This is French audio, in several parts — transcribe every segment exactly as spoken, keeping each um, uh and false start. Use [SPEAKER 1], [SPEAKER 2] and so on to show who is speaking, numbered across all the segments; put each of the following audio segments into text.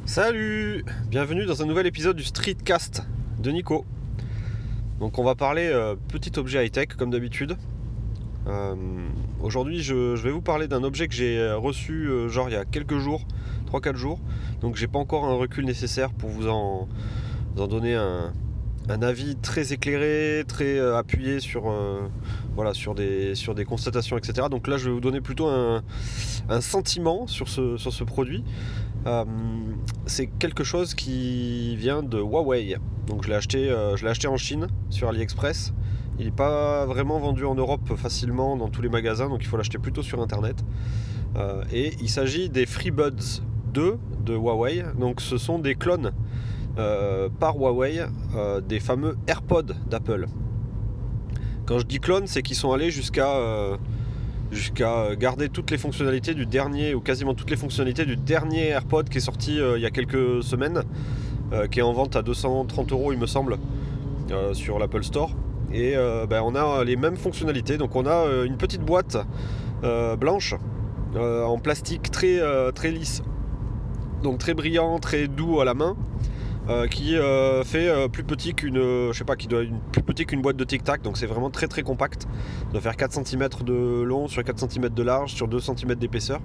[SPEAKER 1] Salut! Bienvenue dans un nouvel épisode du Streetcast de Nico. Donc on va parler euh, petit objet high-tech comme d'habitude. Euh, aujourd'hui je, je vais vous parler d'un objet que j'ai reçu euh, genre il y a quelques jours, trois quatre jours. Donc j'ai pas encore un recul nécessaire pour vous en, vous en donner un, un avis très éclairé, très euh, appuyé sur, euh, voilà, sur, des, sur des constatations, et cetera. Donc là je vais vous donner plutôt un, un sentiment sur ce, sur ce produit. Euh, c'est quelque chose qui vient de Huawei. Donc je l'ai acheté, euh, je l'ai acheté en Chine sur AliExpress. Il n'est pas vraiment vendu en Europe facilement dans tous les magasins, donc il faut l'acheter plutôt sur internet. Euh, et il s'agit des FreeBuds deux de Huawei. Donc ce sont des clones euh, par Huawei euh, des fameux AirPods d'Apple. Quand je dis clones, c'est qu'ils sont allés jusqu'à euh, jusqu'à garder toutes les fonctionnalités du dernier, ou quasiment toutes les fonctionnalités du dernier AirPod qui est sorti euh, il y a quelques semaines, euh, qui est en vente à deux cent trente euros il me semble, euh, sur l'Apple Store. Et euh, ben, on a les mêmes fonctionnalités, donc on a euh, une petite boîte euh, blanche, euh, en plastique très, euh, très lisse, donc très brillant, très doux à la main. Euh, qui euh, fait euh, plus petit qu'une euh, je sais pas qui doit une plus petit qu'une boîte de Tic Tac, donc c'est vraiment très très compact. Ça doit faire quatre centimètres de long sur quatre centimètres de large sur deux centimètres d'épaisseur,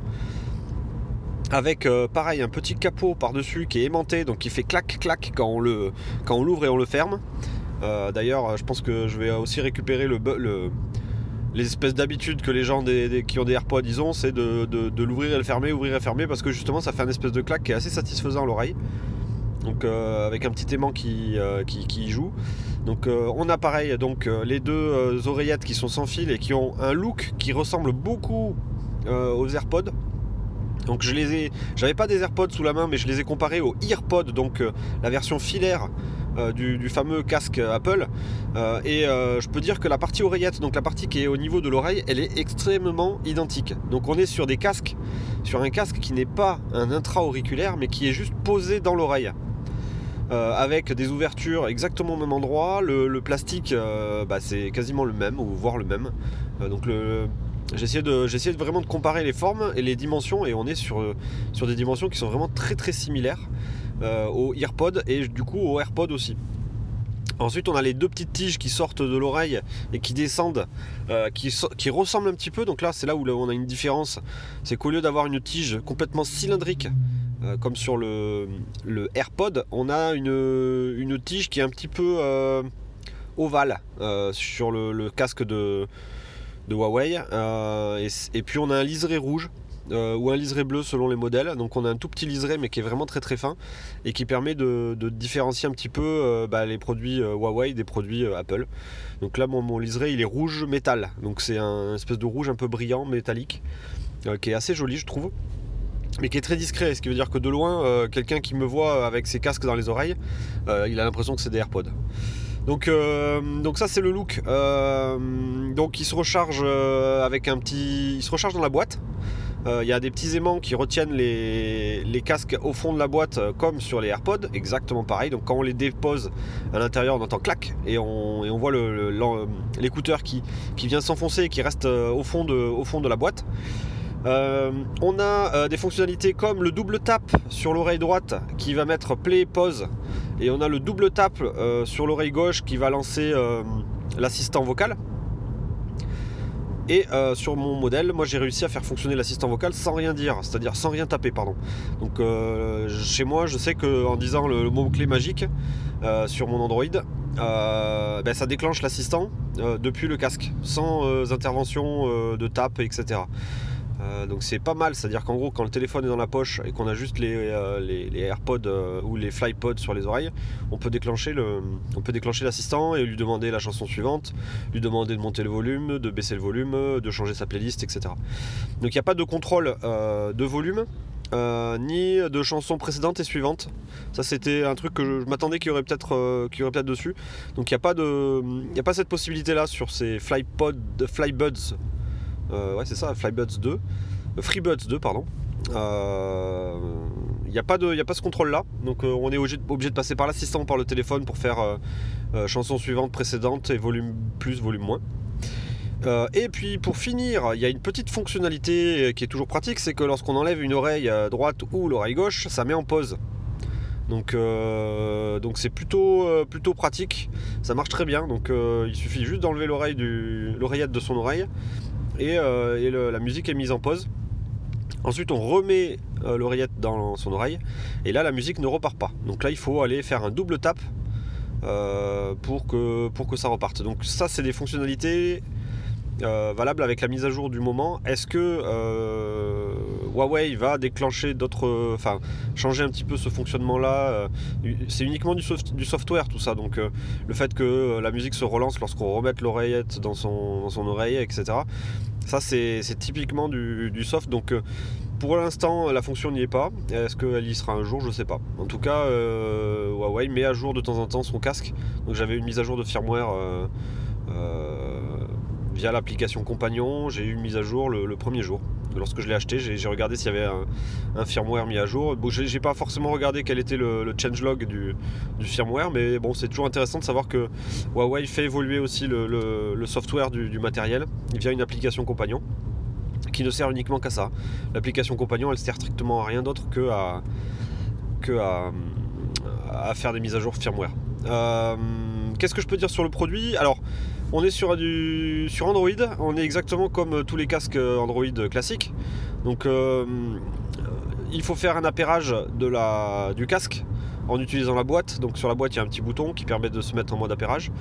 [SPEAKER 1] avec euh, pareil un petit capot par dessus qui est aimanté, donc qui fait clac clac quand on le quand on l'ouvre et on le ferme. Euh, d'ailleurs je pense que je vais aussi récupérer le, le les espèces d'habitudes que les gens des, des, qui ont des AirPods ils ont, c'est de, de, de l'ouvrir et le fermer, ouvrir et fermer, parce que justement ça fait un espèce de clac qui est assez satisfaisant à l'oreille. Donc euh, avec un petit aimant qui, euh, qui, qui y joue. Donc euh, on a pareil donc euh, les deux euh, oreillettes qui sont sans fil et qui ont un look qui ressemble beaucoup euh, aux AirPods. Donc je les ai, j'avais pas des AirPods sous la main, mais je les ai comparés aux EarPods, donc euh, la version filaire euh, du, du fameux casque Apple. Euh, et euh, je peux dire que la partie oreillette, donc la partie qui est au niveau de l'oreille, elle est extrêmement identique. Donc on est sur des casques, sur un casque qui n'est pas un intra-auriculaire, mais qui est juste posé dans l'oreille. Euh, avec des ouvertures exactement au même endroit. Le, le plastique, euh, bah, c'est quasiment le même, ou voire le même. Euh, donc le, j'ai essayé de, j'ai essayé de vraiment de comparer les formes et les dimensions, et on est sur, sur des dimensions qui sont vraiment très très similaires euh, aux EarPods et du coup aux AirPods aussi. Ensuite, on a les deux petites tiges qui sortent de l'oreille et qui descendent, euh, qui, so- qui ressemblent un petit peu. Donc là, c'est là où on a une différence. C'est qu'au lieu d'avoir une tige complètement cylindrique, euh, comme sur le, le AirPod, on a une, une tige qui est un petit peu euh, ovale euh, sur le, le casque de, de Huawei. Euh, et, et puis on a un liseré rouge. Euh, ou un liseré bleu selon les modèles. Donc on a un tout petit liseré mais qui est vraiment très très fin et qui permet de, de différencier un petit peu euh, bah, les produits euh, Huawei des produits euh, Apple. Donc là mon, mon liseré il est rouge métal, donc c'est un espèce de rouge un peu brillant métallique euh, qui est assez joli je trouve, mais qui est très discret, ce qui veut dire que de loin euh, quelqu'un qui me voit avec ses casques dans les oreilles, euh, il a l'impression que c'est des AirPods. Donc, euh, donc ça c'est le look. Euh, donc il se recharge euh, avec un petit, il se recharge dans la boîte. Il euh, y a des petits aimants qui retiennent les, les casques au fond de la boîte, euh, comme sur les AirPods, exactement pareil. Donc quand on les dépose à l'intérieur, on entend clac et on, et on voit le, le, l'écouteur qui, qui vient s'enfoncer et qui reste euh, au, fond de, au fond de la boîte. Euh, on a euh, des fonctionnalités comme le double tap sur l'oreille droite qui va mettre play, pause, et on a le double tap euh, sur l'oreille gauche qui va lancer euh, l'assistant vocal. Et euh, sur mon modèle, moi j'ai réussi à faire fonctionner l'assistant vocal sans rien dire, c'est-à-dire sans rien taper, pardon. Donc euh, chez moi, je sais qu'en disant le, le mot-clé magique euh, sur mon Android, euh, ben, ça déclenche l'assistant euh, depuis le casque, sans euh, intervention euh, de tap, et cetera. Euh, donc c'est pas mal, c'est-à-dire qu'en gros quand le téléphone est dans la poche et qu'on a juste les, euh, les, les AirPods euh, ou les FlyPods sur les oreilles, on peut déclencher le, on peut déclencher l'assistant et lui demander la chanson suivante, lui demander de monter le volume, de baisser le volume, de changer sa playlist, et cetera. Donc il n'y a pas de contrôle euh, de volume euh, ni de chansons précédentes et suivantes. Ça c'était un truc que je, je m'attendais qu'il y aurait peut-être, euh, qu'il y aurait peut-être dessus. Donc il n'y a pas de, il n'y a pas cette possibilité là sur ces FlyPods, FlyBuds. Euh, ouais c'est ça, FlyBuds deux, euh, FreeBuds deux pardon. Il euh, n'y a pas de, y a pas ce contrôle là, donc euh, on est obligé de, obligé de passer par l'assistant, par le téléphone pour faire euh, euh, chanson suivante, précédente et volume plus, volume moins. Euh, et puis pour finir, il y a une petite fonctionnalité qui est toujours pratique, c'est que lorsqu'on enlève une oreille droite ou l'oreille gauche, ça met en pause. Donc, euh, donc c'est plutôt, euh, plutôt pratique, ça marche très bien. Donc euh, il suffit juste d'enlever l'oreille du, l'oreillette de son oreille et, euh, et le, la musique est mise en pause. Ensuite on remet euh, l'oreillette dans son oreille et là la musique ne repart pas. Donc là il faut aller faire un double tap euh, pour, que, pour que ça reparte. Donc ça c'est des fonctionnalités euh, valables avec la mise à jour du moment. Est-ce que euh, Huawei va déclencher d'autres, enfin changer un petit peu ce fonctionnement là? C'est uniquement du, soft, du software tout ça, donc euh, le fait que la musique se relance lorsqu'on remette l'oreillette dans son, dans son oreille, et cetera. Ça c'est typiquement du, du soft, donc euh, pour l'instant la fonction n'y est pas. Est-ce qu'elle y sera un jour? Je sais pas. En tout cas euh, Huawei met à jour de temps en temps son casque, donc j'avais une mise à jour de firmware euh, euh, via l'application Compagnon. J'ai eu une mise à jour le, le premier jour. Lorsque je l'ai acheté, j'ai regardé s'il y avait un, un firmware mis à jour. Bon, j'ai pas forcément regardé quel était le, le changelog du, du firmware, mais bon, c'est toujours intéressant de savoir que Huawei fait évoluer aussi le, le, le software du, du matériel via une application Compagnon qui ne sert uniquement qu'à ça. L'application Compagnon, elle sert strictement à rien d'autre que à, que à, à faire des mises à jour firmware. Euh, Qu'est-ce que je peux dire sur le produit? Alors, on est sur, du, sur Android, on est exactement comme tous les casques Android classiques. Donc euh, il faut faire un appairage de la, du casque en utilisant la boîte. Donc sur la boîte il y a un petit bouton qui permet de se mettre en mode appairage.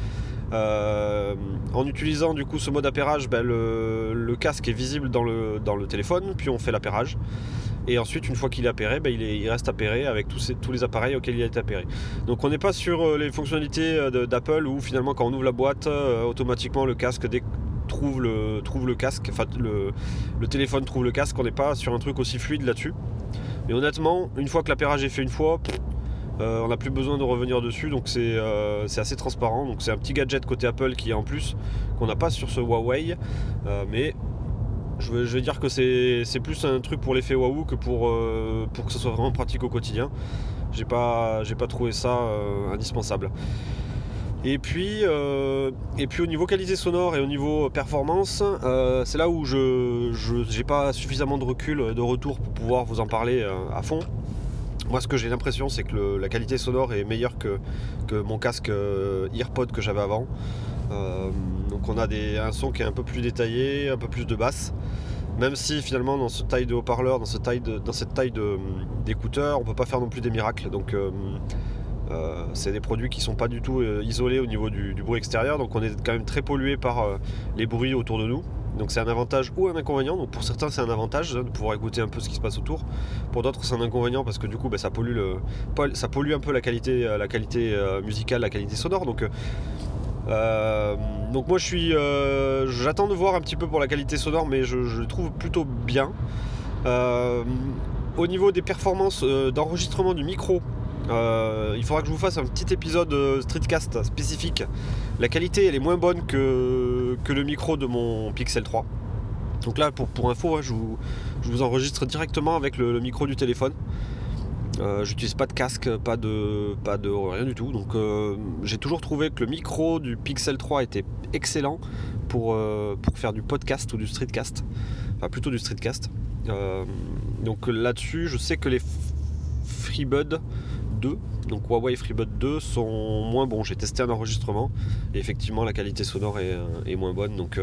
[SPEAKER 1] Euh, en utilisant du coup ce mode appairage, ben, le, le casque est visible dans le, dans le téléphone, puis on fait l'appairage. Et ensuite, une fois qu'il est appairé, ben, il, est, il reste appairé avec tous, ces, tous les appareils auxquels il a été appairé. Donc on n'est pas sur les fonctionnalités d'Apple où finalement quand on ouvre la boîte, euh, automatiquement le casque dès, trouve, le, trouve le casque, enfin le, le téléphone trouve le casque. On n'est pas sur un truc aussi fluide là-dessus. Mais honnêtement, une fois que l'appairage est fait une fois, euh, on n'a plus besoin de revenir dessus. Donc c'est euh, assez transparent. Donc c'est un petit gadget côté Apple qui est en plus, qu'on n'a pas sur ce Huawei. Euh, mais Je vais, je vais dire que c'est plus un truc pour l'effet waouh que pour, euh, pour que ce soit vraiment pratique au quotidien. J'ai pas, j'ai pas trouvé ça euh, indispensable. Et puis, euh, et puis au niveau qualité sonore et au niveau performance, euh, c'est là où je n'ai pas suffisamment de recul, de retour pour pouvoir vous en parler euh, à fond. Moi, ce que j'ai l'impression, c'est que le, la qualité sonore est meilleure que, que mon casque euh, AirPod que j'avais avant. Euh, donc on a des, un son qui est un peu plus détaillé, un peu plus de basse, même si finalement dans ce taille de haut-parleur, dans, ce taille de, dans cette taille d'écouteurs, on peut pas faire non plus des miracles. Donc euh, euh, c'est des produits qui sont pas du tout euh, isolés au niveau du, du bruit extérieur, donc on est quand même très pollué par euh, les bruits autour de nous. Donc c'est un avantage ou un inconvénient. Donc pour certains c'est un avantage hein, de pouvoir écouter un peu ce qui se passe autour. Pour d'autres c'est un inconvénient parce que du coup bah, ça, pollue le, ça pollue un peu la qualité, la qualité euh, musicale, la qualité sonore. Donc euh, Euh, donc moi je suis euh, j'attends de voir un petit peu pour la qualité sonore, mais je, je le trouve plutôt bien. Euh, au niveau des performances euh, d'enregistrement du micro, euh, il faudra que je vous fasse un petit épisode euh, streetcast spécifique. La qualité elle est moins bonne que, que le micro de mon Pixel trois. Donc là pour, pour info hein, je, vous, je vous enregistre directement avec le, le micro du téléphone. Euh, j'utilise pas de casque, pas de, pas de rien du tout. Donc euh, j'ai toujours trouvé que le micro du Pixel trois était excellent pour, euh, pour faire du podcast ou du streetcast. Enfin plutôt du streetcast. Euh, donc là-dessus, je sais que les FreeBuds deux, donc Huawei FreeBuds deux sont moins bons. J'ai testé un enregistrement et effectivement la qualité sonore est, est moins bonne. Donc euh,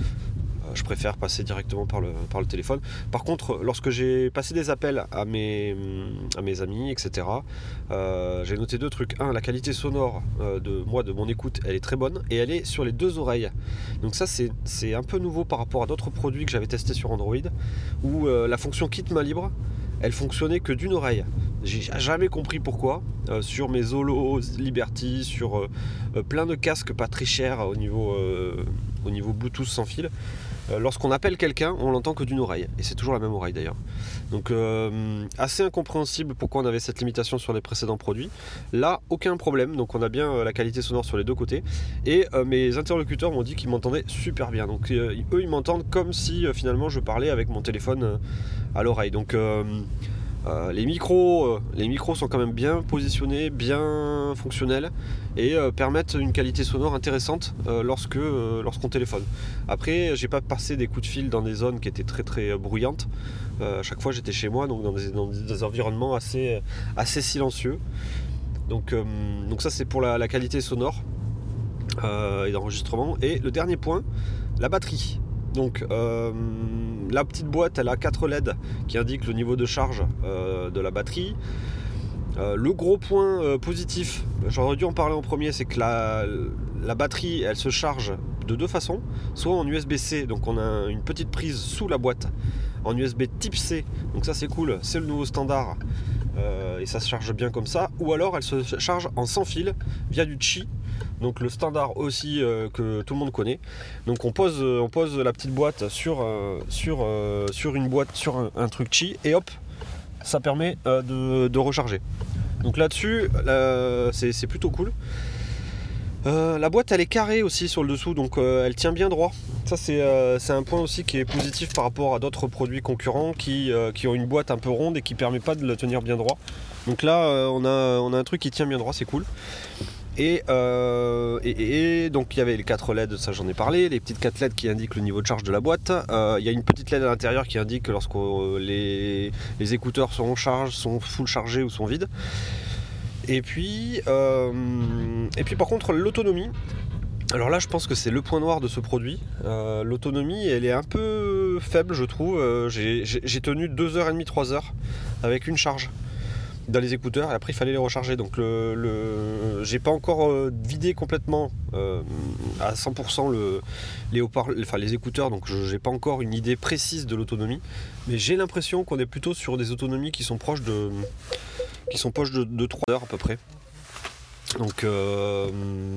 [SPEAKER 1] je préfère passer directement par le, par le téléphone. Par contre, lorsque j'ai passé des appels à mes, à mes amis, et cetera, euh, j'ai noté deux trucs. Un, la qualité sonore euh, de moi, de mon écoute, elle est très bonne et elle est sur les deux oreilles. Donc ça, c'est un peu nouveau par rapport à d'autres produits que j'avais testés sur Android, où euh, la fonction kit main libre, elle fonctionnait que d'une oreille. J'ai jamais compris pourquoi. Euh, sur mes Zolo, Liberty, sur euh, euh, plein de casques pas très chers au niveau, euh, au niveau Bluetooth sans fil, euh, lorsqu'on appelle quelqu'un, on l'entend que d'une oreille. Et c'est toujours la même oreille d'ailleurs. Donc euh, assez incompréhensible pourquoi on avait cette limitation sur les précédents produits. Là, aucun problème. Donc on a bien euh, la qualité sonore sur les deux côtés. Et euh, mes interlocuteurs m'ont dit qu'ils m'entendaient super bien. Donc euh, eux, ils m'entendent comme si euh, finalement je parlais avec mon téléphone euh, à l'oreille. Donc euh, Euh, les, micros, euh, les micros sont quand même bien positionnés, bien fonctionnels et euh, permettent une qualité sonore intéressante euh, lorsque euh, lorsqu'on téléphone. Après, j'ai pas passé des coups de fil dans des zones qui étaient très très euh, bruyantes. Euh, à chaque fois, j'étais chez moi, donc dans des, dans des environnements assez assez silencieux. Donc, euh, donc ça c'est pour la, la qualité sonore euh, et d'enregistrement. Et le dernier point, la batterie. Donc euh, la petite boîte elle a quatre L E D qui indiquent le niveau de charge euh, de la batterie. Euh, le gros point euh, positif, j'aurais dû en parler en premier, c'est que la, la batterie elle se charge de deux façons, soit en U S B C, donc on a une petite prise sous la boîte, en U S B type C, donc ça c'est cool, c'est le nouveau standard euh, et ça se charge bien comme ça, ou alors elle se charge en sans fil via du Qi, donc le standard aussi euh, que tout le monde connaît. Donc on pose, on pose la petite boîte sur, euh, sur, euh, sur une boîte, sur un, un truc Qi, et hop, ça permet euh, de, de recharger. Donc là-dessus, là, c'est, c'est plutôt cool. Euh, la boîte elle est carrée aussi sur le dessous, donc euh, elle tient bien droit. Ça c'est, euh, c'est un point aussi qui est positif par rapport à d'autres produits concurrents qui, euh, qui ont une boîte un peu ronde et qui ne permet pas de la tenir bien droit. Donc là euh, on, a, on a un truc qui tient bien droit, c'est cool. Et, euh, et, et donc il y avait les quatre L E D, ça j'en ai parlé, les petites quatre L E D qui indiquent le niveau de charge de la boîte. Euh, il y a une petite L E D à l'intérieur qui indique lorsque les, les écouteurs sont en charge, sont full chargés ou sont vides. Et puis, euh, et puis par contre l'autonomie, alors là je pense que c'est le point noir de ce produit. Euh, l'autonomie elle est un peu faible je trouve. Euh, j'ai, j'ai, j'ai tenu deux heures trente, trois heures avec une charge dans les écouteurs et après il fallait les recharger, donc le, le j'ai pas encore euh, vidé complètement euh, à cent pour cent le, les, haut-parleurs, enfin, les écouteurs, donc je, j'ai pas encore une idée précise de l'autonomie, mais j'ai l'impression qu'on est plutôt sur des autonomies qui sont proches de qui sont proches de, de trois heures à peu près, donc, euh,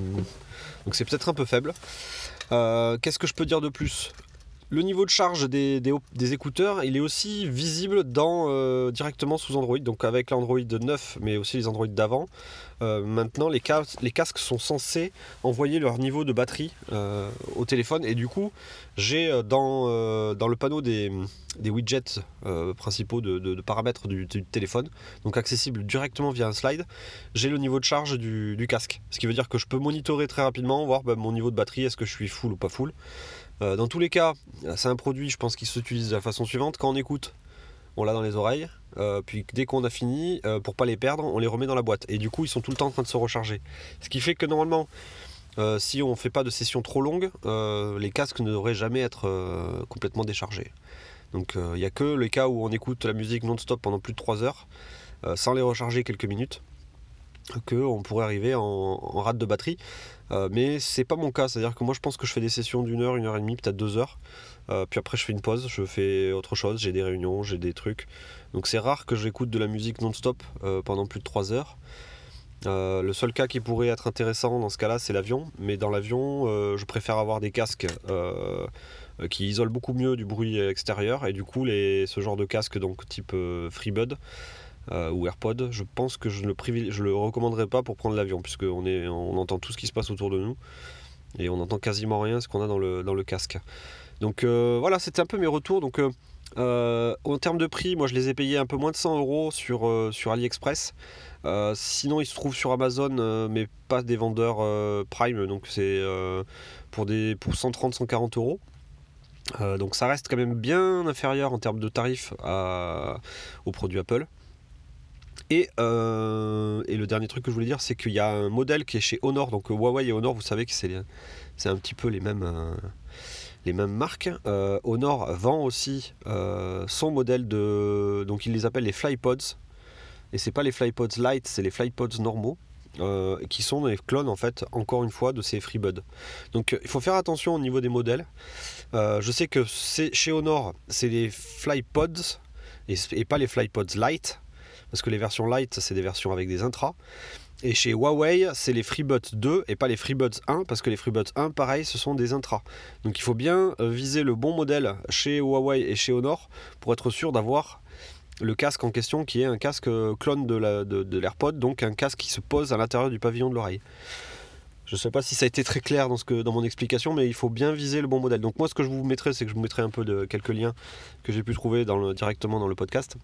[SPEAKER 1] donc c'est peut-être un peu faible. Euh, qu'est-ce que je peux dire de plus? Le niveau de charge des, des, des écouteurs, il est aussi visible dans, euh, directement sous Android, donc avec l'Android neuf, mais aussi les Android d'avant. Euh, maintenant, les, cas, les casques sont censés envoyer leur niveau de batterie euh, au téléphone, et du coup, j'ai dans, euh, dans le panneau des, des widgets euh, principaux de, de, de paramètres du, du téléphone, donc accessible directement via un slide, j'ai le niveau de charge du, du casque. Ce qui veut dire que je peux monitorer très rapidement, voir bah, mon niveau de batterie, est-ce que je suis full ou pas full. Euh, dans tous les cas, c'est un produit, je pense, qui s'utilise de la façon suivante. Quand on écoute, on l'a dans les oreilles, euh, puis dès qu'on a fini, euh, pour pas les perdre, on les remet dans la boîte. Et du coup, ils sont tout le temps en train de se recharger. Ce qui fait que normalement, euh, si on ne fait pas de session trop longue, euh, les casques ne devraient jamais être euh, complètement déchargés. Donc il euh, n'y a que les cas où on écoute la musique non-stop pendant plus de trois heures, euh, sans les recharger quelques minutes, qu'on pourrait arriver en, en rate de batterie. Euh, mais c'est pas mon cas, c'est-à-dire que moi je pense que je fais des sessions d'une heure, une heure et demie, peut-être deux heures, euh, puis après je fais une pause, je fais autre chose, j'ai des réunions, j'ai des trucs, donc c'est rare que j'écoute de la musique non-stop euh, pendant plus de trois heures. Euh, le seul cas qui pourrait être intéressant dans ce cas-là, c'est l'avion, mais dans l'avion euh, je préfère avoir des casques euh, qui isolent beaucoup mieux du bruit extérieur, et du coup les, ce genre de casque donc type euh, FreeBud Euh, ou AirPod, je pense que je ne le, privil... je le recommanderais pas pour prendre l'avion, puisque on, est... on entend tout ce qui se passe autour de nous et on entend quasiment rien ce qu'on a dans le, dans le casque. Donc euh, voilà, c'était un peu mes retours. Donc euh, euh, en termes de prix, moi je les ai payés un peu moins de cent euros sur, euh, sur AliExpress. Euh, sinon ils se trouvent sur Amazon, euh, mais pas des vendeurs euh, Prime, donc c'est euh, pour, des... pour cent trente à cent quarante euros. Euh, donc ça reste quand même bien inférieur en termes de tarifs à... aux produits Apple. Et, euh, et le dernier truc que je voulais dire, c'est qu'il y a un modèle qui est chez Honor, donc Huawei et Honor, vous savez que c'est, c'est un petit peu les mêmes, euh, les mêmes marques. Euh, Honor vend aussi euh, son modèle de, donc ils les appellent les FlyPods, et c'est pas les FlyPods Lite, c'est les FlyPods normaux, euh, qui sont des clones en fait, encore une fois, de ces FreeBuds. Donc euh, il faut faire attention au niveau des modèles. Euh, je sais que c'est, chez Honor, c'est les FlyPods et, et pas les FlyPods Lite. Parce que les versions Lite, c'est des versions avec des intras. Et chez Huawei, c'est les FreeBuds deux et pas les FreeBuds un, parce que les FreeBuds un, pareil, ce sont des intras. Donc il faut bien viser le bon modèle chez Huawei et chez Honor pour être sûr d'avoir le casque en question qui est un casque clone de, la, de, de l'AirPod, donc un casque qui se pose à l'intérieur du pavillon de l'oreille. Je ne sais pas si ça a été très clair dans, ce que, dans mon explication, mais il faut bien viser le bon modèle. Donc moi, ce que je vous mettrai, c'est que je vous mettrai un peu de quelques liens que j'ai pu trouver dans le, directement dans le podcast.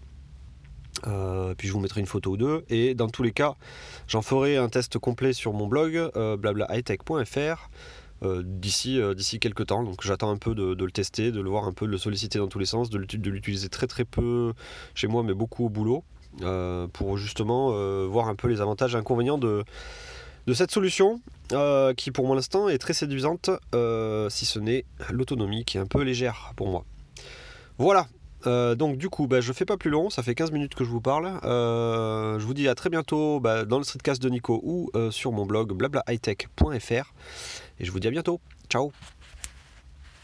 [SPEAKER 1] Euh, puis je vous mettrai une photo ou deux, et dans tous les cas j'en ferai un test complet sur mon blog euh, blabla high tech point f r euh, d'ici, euh, d'ici quelques temps. Donc j'attends un peu de, de le tester, de le voir un peu, de le solliciter dans tous les sens, de l'utiliser très très peu chez moi mais beaucoup au boulot, euh, pour justement euh, voir un peu les avantages et inconvénients de, de cette solution euh, qui pour l'instant est très séduisante, euh, si ce n'est l'autonomie qui est un peu légère pour moi. Voilà. Euh, donc du coup, bah, je fais pas plus long, ça fait quinze minutes que je vous parle. Euh, je vous dis à très bientôt bah, dans le streetcast de Nico ou euh, sur mon blog blabla hightech point f r. Et je vous dis à bientôt. Ciao.